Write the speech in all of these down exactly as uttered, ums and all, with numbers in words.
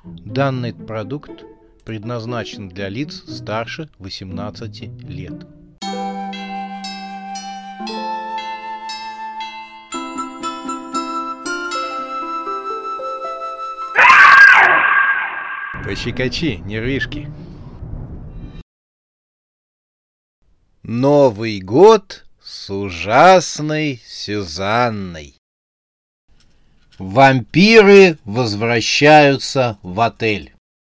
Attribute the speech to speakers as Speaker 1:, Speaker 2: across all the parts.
Speaker 1: Данный продукт предназначен для лиц старше восемнадцати лет. Пощекочи нервишки. Новый год с ужасной Сюзанной. Вампиры возвращаются в отель.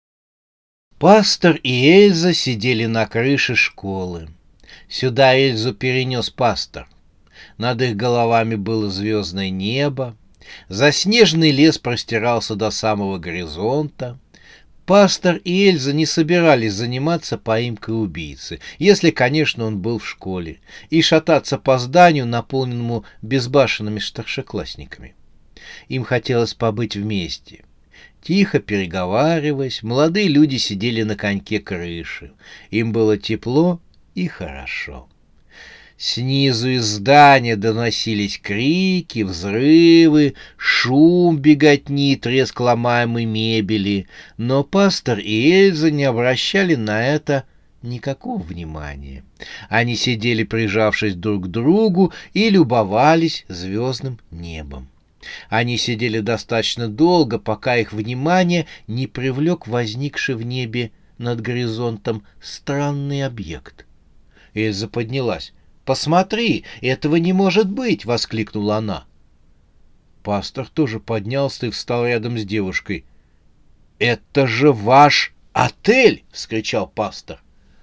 Speaker 1: Пастор и Эльза сидели на крыше школы. Сюда Эльзу перенес пастор. Над их головами было звездное небо. Заснеженный лес простирался до самого горизонта. Пастор и Эльза не собирались заниматься поимкой убийцы, если, конечно, он был в школе, и шататься по зданию, наполненному безбашенными старшеклассниками. Им хотелось побыть вместе. Тихо переговариваясь, молодые люди сидели на коньке крыши. Им было тепло и хорошо. Снизу из здания доносились крики, взрывы, шум беготни, треск ломаемой мебели, но пастор и Эльза не обращали на это никакого внимания. Они сидели, прижавшись друг к другу, и любовались звездным небом. Они сидели достаточно долго, пока их внимание не привлек возникший в небе над горизонтом странный объект. Эльза поднялась. «Посмотри, этого не может быть!» — воскликнула она. Пастор тоже поднялся и встал рядом с девушкой. «Это же ваш отель!» — вскричал пастор.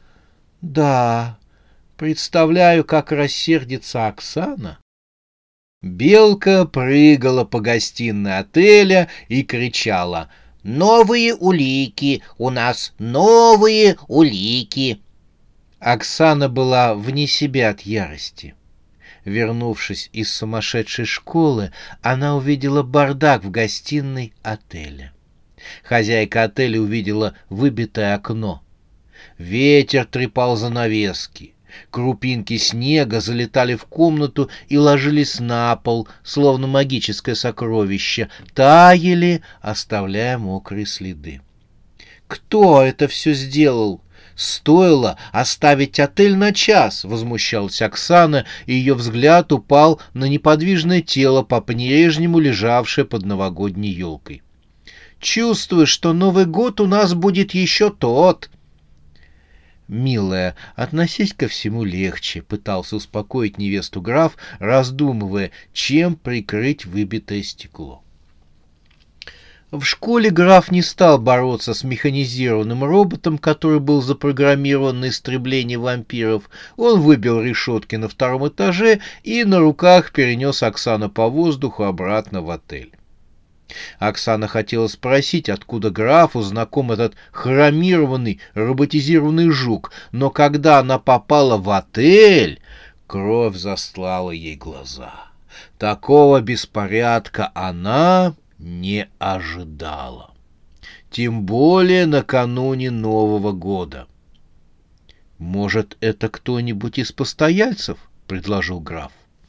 Speaker 1: «Да, представляю, как рассердится Оксана». Белка прыгала по гостиной отеля и кричала: «Новые улики! У нас новые улики!» Оксана была вне себя от ярости. Вернувшись из сумасшедшей школы, она увидела бардак в гостиной отеля. Хозяйка отеля увидела выбитое окно. Ветер трепал занавески. Крупинки снега залетали в комнату и ложились на пол, словно магическое сокровище, таяли, оставляя мокрые следы. «Кто это все сделал? Стоило оставить отель на час!» — возмущалась Оксана, и ее взгляд упал на неподвижное тело, по-прежнему лежавшее под новогодней елкой. «Чувствую, что Новый год у нас будет еще тот!» «Милая, относись ко всему легче», — пытался успокоить невесту граф, раздумывая, чем прикрыть выбитое стекло. В школе граф не стал бороться с механизированным роботом, который был запрограммирован на истребление вампиров. Он выбил решетки на втором этаже и на руках перенес Оксану по воздуху обратно в отель. Оксана хотела спросить, откуда графу знаком этот хромированный роботизированный жук, но когда она попала в отель, кровь застлала ей глаза. Такого беспорядка она не ожидала. Тем более накануне Нового года. «Может, это кто-нибудь из постояльцев?» — предложил граф.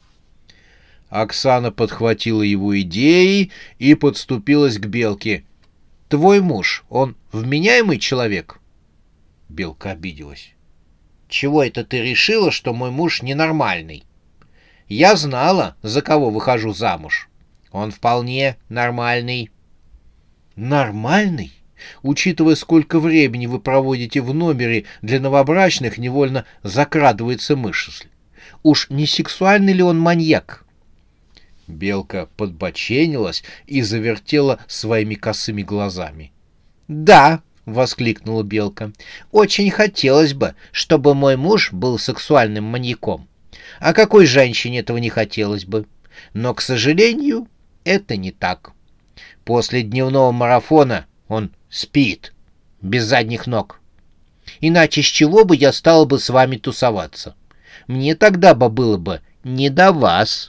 Speaker 1: Оксана подхватила его идеи и подступилась к Белке. «Твой муж, он вменяемый человек?» Белка обиделась. «Чего это ты решила, что мой муж ненормальный? Я знала, за кого выхожу замуж. Он вполне нормальный». «Нормальный? Учитывая, сколько времени вы проводите в номере для новобрачных, невольно закрадывается мысль. Уж не сексуальный ли он маньяк?» Белка подбоченилась и завертела своими косыми глазами. «Да», — воскликнула Белка, — «очень хотелось бы, чтобы мой муж был сексуальным маньяком. А какой женщине этого не хотелось бы? Но, к сожалению, это не так. После дневного марафона он спит, без задних ног. Иначе с чего бы я стала бы с вами тусоваться? Мне тогда бы было бы не до вас».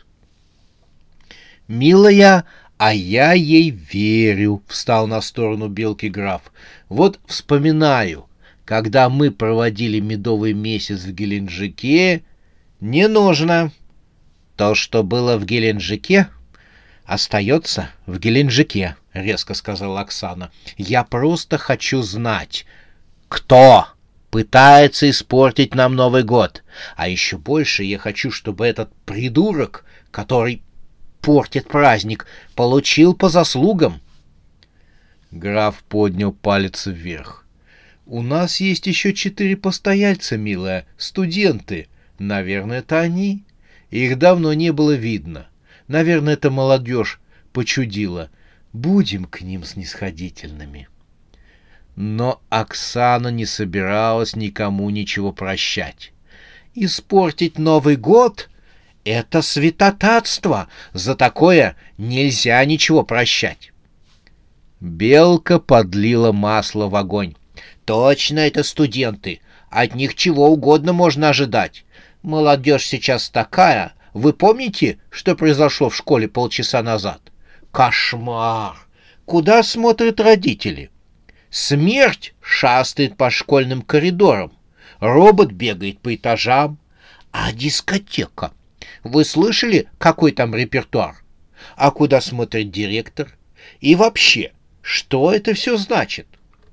Speaker 1: «Милая, а я ей верю», — встал на сторону Белки граф. «Вот вспоминаю, когда мы проводили медовый месяц в Геленджике...» «Не нужно. То, что было в Геленджике, «Остается в Геленджике», — резко сказала Оксана. «Я просто хочу знать, кто пытается испортить нам Новый год. А еще больше я хочу, чтобы этот придурок, который портит праздник, получил по заслугам». Граф поднял палец вверх. «У нас есть еще четыре постояльца, милая, студенты. Наверное, это они. Их давно не было видно. Наверное, это молодежь почудила. Будем к ним снисходительными». Но Оксана не собиралась никому ничего прощать. Испортить Новый год — это святотатство. За такое нельзя ничего прощать. Белка подлила масло в огонь. «Точно это студенты. От них чего угодно можно ожидать. Молодежь сейчас такая. Вы помните, что произошло в школе полчаса назад? Кошмар! Куда смотрят родители? Смерть шастает по школьным коридорам. Робот бегает по этажам. А дискотека? Вы слышали, какой там репертуар? А куда смотрит директор? И вообще, что это все значит?»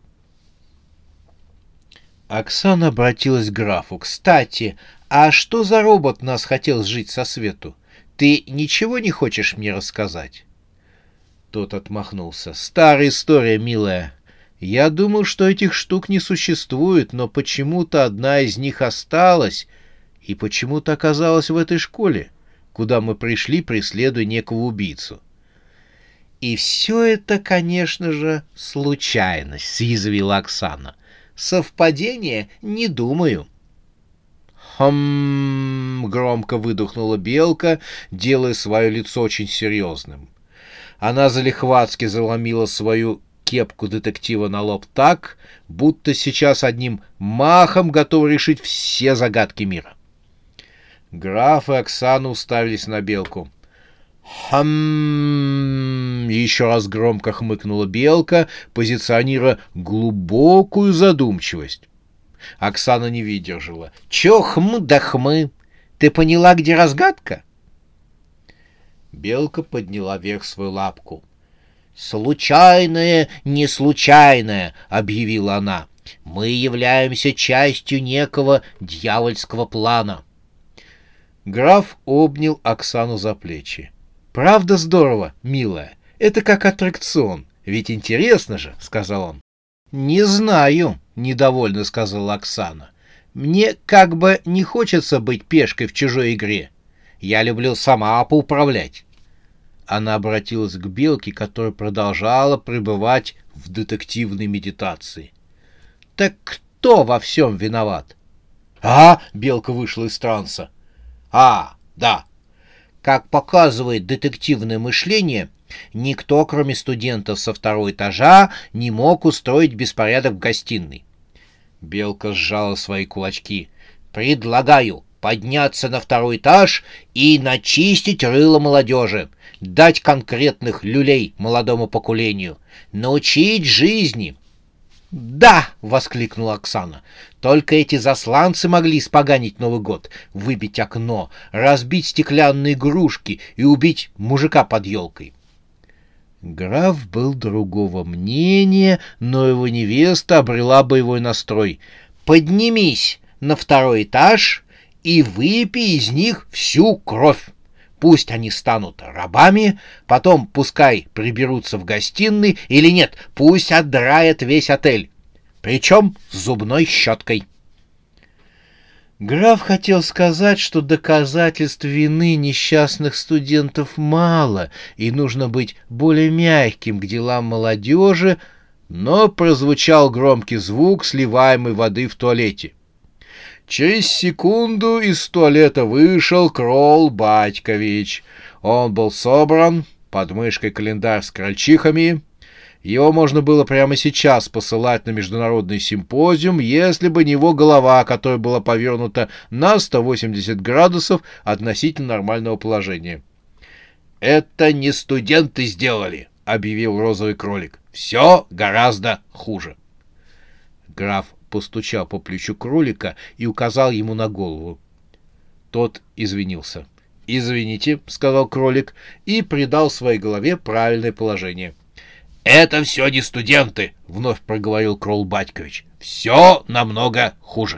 Speaker 1: Оксана обратилась к графу. «Кстати, а что за робот нас хотел сжить со свету? Ты ничего не хочешь мне рассказать?» Тот отмахнулся. «Старая история, милая. Я думал, что этих штук не существует, но почему-то одна из них осталась и почему-то оказалась в этой школе, куда мы пришли, преследуя некого убийцу. И все это, конечно же, случайность», — съязвила Оксана. «Совпадение? Не думаю». «Хм...» — громко выдохнула Белка, делая свое лицо очень серьезным. Она залихватски заломила свою кепку детектива на лоб так, будто сейчас одним махом готова решить все загадки мира. Граф и Оксана уставились на Белку. «Хм...» — еще раз громко хмыкнула Белка, позиционируя глубокую задумчивость. Оксана не выдержала. «Чё хм да хмы? Ты поняла, где разгадка?» Белка подняла вверх свою лапку. «Случайное, не случайное», — объявила она. «Мы являемся частью некого дьявольского плана». Граф обнял Оксану за плечи. «Правда здорово, милая? Это как аттракцион. Ведь интересно же», — сказал он. «Не знаю», — недовольно сказала Оксана. «Мне как бы не хочется быть пешкой в чужой игре. Я люблю сама поуправлять». Она обратилась к Белке, которая продолжала пребывать в детективной медитации. «Так кто во всем виноват?» «А?» — Белка вышла из транса. «А, да. Как показывает детективное мышление, никто, кроме студентов со второго этажа, не мог устроить беспорядок в гостиной». Белка сжала свои кулачки. «Предлагаю подняться на второй этаж и начистить рыло молодежи, дать конкретных люлей молодому поколению, научить жизни». «Да!» — воскликнула Оксана. «Только эти засланцы могли испоганить Новый год, выбить окно, разбить стеклянные игрушки и убить мужика под елкой». Граф был другого мнения, но его невеста обрела боевой настрой. «Поднимись на второй этаж и выпей из них всю кровь. Пусть они станут рабами, потом пускай приберутся в гостиной, или нет, пусть отдраят весь отель, причем с зубной щеткой». Граф хотел сказать, что доказательств вины несчастных студентов мало, и нужно быть более мягким к делам молодежи, но прозвучал громкий звук сливаемой воды в туалете. Через секунду из туалета вышел Кролл Батькович. Он был собран, под мышкой календарь с крольчихами. Его можно было прямо сейчас посылать на международный симпозиум, если бы не его голова, которая была повернута на сто восемьдесят градусов относительно нормального положения. «Это не студенты сделали», — объявил розовый кролик. «Все гораздо хуже». Граф постучал по плечу кролика и указал ему на голову. Тот извинился. «Извините», — сказал кролик и придал своей голове правильное положение. «Это все не студенты», — вновь проговорил Крол Батькович. «Все намного хуже».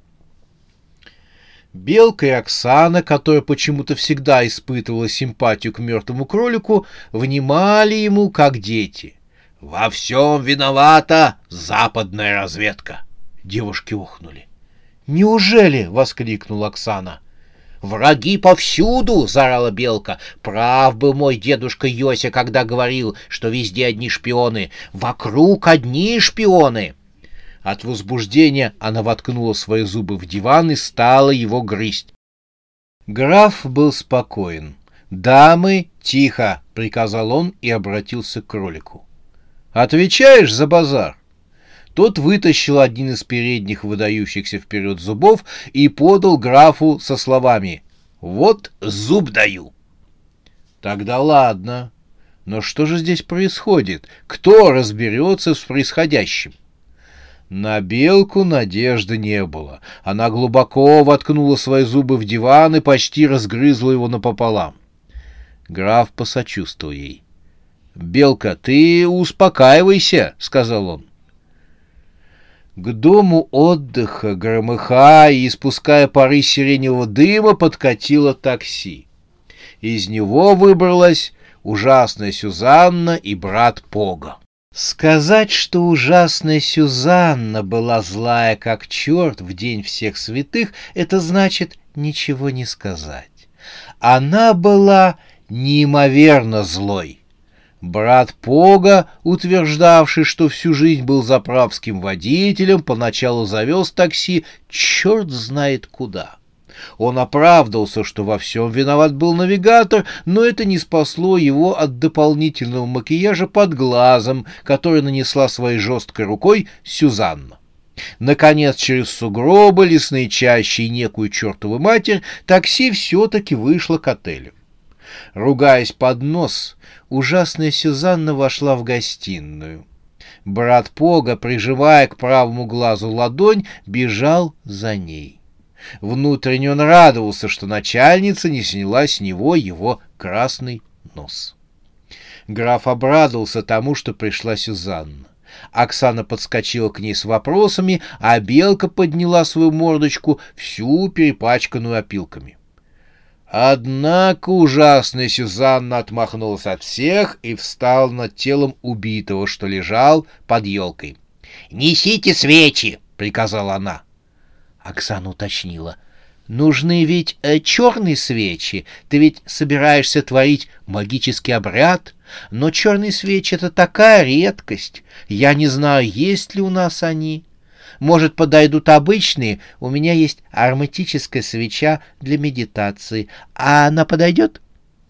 Speaker 1: Белка и Оксана, которая почему-то всегда испытывала симпатию к мертвому кролику, внимали ему как дети. «Во всем виновата западная разведка!» Девушки охнули. «Неужели?» — воскликнула Оксана. «Враги повсюду!» — заорала Белка. «Прав был мой дедушка Йося, когда говорил, что везде одни шпионы. Вокруг одни шпионы!» От возбуждения она воткнула свои зубы в диван и стала его грызть. Граф был спокоен. «Дамы, тихо!» — приказал он и обратился к кролику. «Отвечаешь за базар?» Тот вытащил один из передних выдающихся вперед зубов и подал графу со словами: «Вот зуб даю». «Тогда ладно. Но что же здесь происходит? Кто разберется с происходящим?» На Белку надежды не было. Она глубоко воткнула свои зубы в диван и почти разгрызла его напополам. Граф посочувствовал ей. «Белка, ты успокаивайся», — сказал он. К дому отдыха, громыхая и испуская пары сиреневого дыма, подкатило такси. Из него выбралась ужасная Сюзанна и брат Пога. Сказать, что ужасная Сюзанна была злая как черт в день всех святых, это значит ничего не сказать. Она была неимоверно злой. Брат Пога, утверждавший, что всю жизнь был заправским водителем, поначалу завез такси черт знает куда. Он оправдывался, что во всем виноват был навигатор, но это не спасло его от дополнительного макияжа под глазом, который нанесла своей жесткой рукой Сюзанна. Наконец, через сугробы, лесные чащи и некую чертову матерь, такси все-таки вышло к отелю. Ругаясь под нос, ужасная Сюзанна вошла в гостиную. Брат Пога, прижимая к правому глазу ладонь, бежал за ней. Внутренне он радовался, что начальница не сняла с него его красный нос. Граф обрадовался тому, что пришла Сюзанна. Оксана подскочила к ней с вопросами, а Белка подняла свою мордочку, всю перепачканную опилками. Однако ужасная Сюзанна отмахнулась от всех и встала над телом убитого, что лежал под елкой. «Несите свечи!» — приказала она. Оксана уточнила. «Нужны ведь э, черные свечи. Ты ведь собираешься творить магический обряд. Но черные свечи — это такая редкость. Я не знаю, есть ли у нас они. Может, подойдут обычные? У меня есть ароматическая свеча для медитации. А она подойдет?»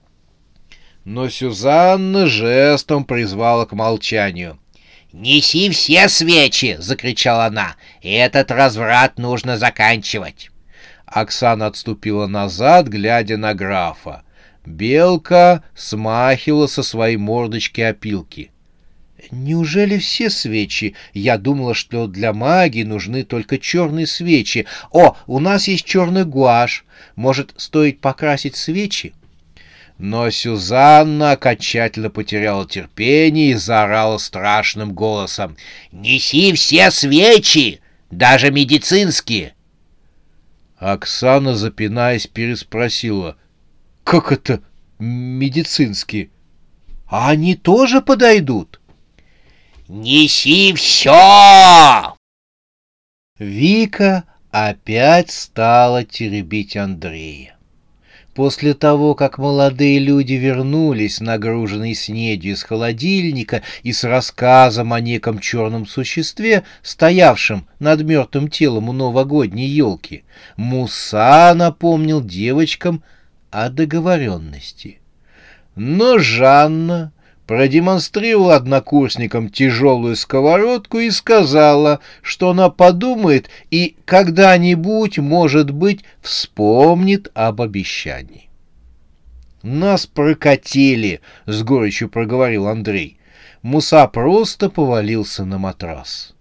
Speaker 1: Но Сюзанна жестом призвала к молчанию. «Неси все свечи!» — закричала она. «Этот разврат нужно заканчивать!» Оксана отступила назад, глядя на графа. Белка смахивала со своей мордочки опилки. «Неужели все свечи? Я думала, что для магии нужны только черные свечи. О, у нас есть черный гуашь. Может, стоит покрасить свечи?» Но Сюзанна окончательно потеряла терпение и заорала страшным голосом: «Неси все свечи, даже медицинские!» Оксана, запинаясь, переспросила: «Как это медицинские? А они тоже подойдут?» «Неси все!» Вика опять стала теребить Андрея. После того, как молодые люди вернулись, нагруженные снедью из холодильника и с рассказом о неком черном существе, стоявшем над мертвым телом у новогодней елки, Муса напомнил девочкам о договоренности. Но Жанна продемонстрировала однокурсникам тяжелую сковородку и сказала, что она подумает и когда-нибудь, может быть, вспомнит об обещании. «Нас прокатили», — с горечью проговорил Андрей. Муса просто повалился на матрас.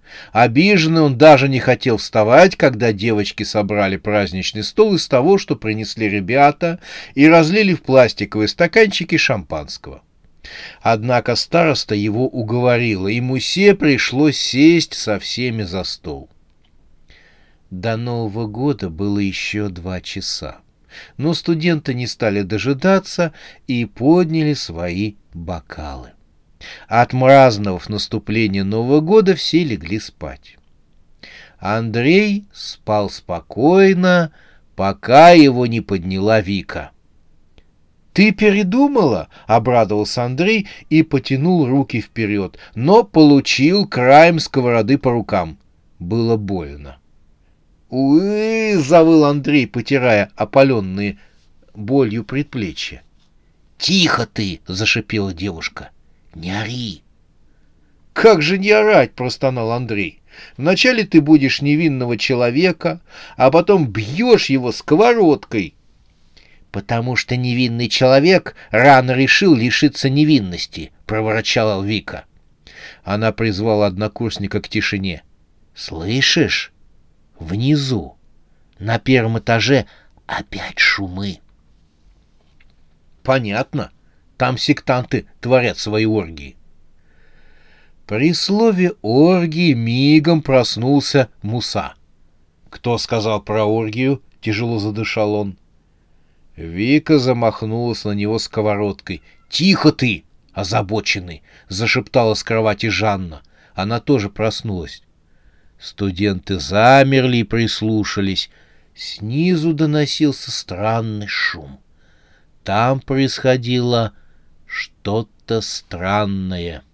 Speaker 1: Обиженный он даже не хотел вставать, когда девочки собрали праздничный стол из того, что принесли ребята, и разлили в пластиковые стаканчики шампанского. Однако староста его уговорила, и Мусе пришлось сесть со всеми за стол. До Нового года было еще два часа, но студенты не стали дожидаться и подняли свои бокалы. Отмраздновав наступление Нового года, все легли спать. Андрей спал спокойно, пока его не подняла Вика. «Ты передумала?» — обрадовался Андрей и потянул руки вперед, но получил краем сковороды по рукам. Было больно. «Уы!» — завыл Андрей, потирая опаленные болью предплечья. «Тихо ты!» — зашипела девушка. «Не ори!» «Как же не орать?» — простонал Андрей. «Вначале ты будешь невинного человека, а потом бьешь его сковородкой». «Потому что невинный человек рано решил лишиться невинности», — проворчала Вика. Она призвала однокурсника к тишине. «Слышишь? Внизу, на первом этаже, опять шумы». «Понятно. Там сектанты творят свои оргии». При слове «оргии» мигом проснулся Муса. «Кто сказал про оргию?» — тяжело задышал он. Вика замахнулась на него сковородкой. «Тихо ты, озабоченный!» — зашептала с кровати Жанна. Она тоже проснулась. Студенты замерли и прислушались. Снизу доносился странный шум. Там происходило что-то странное.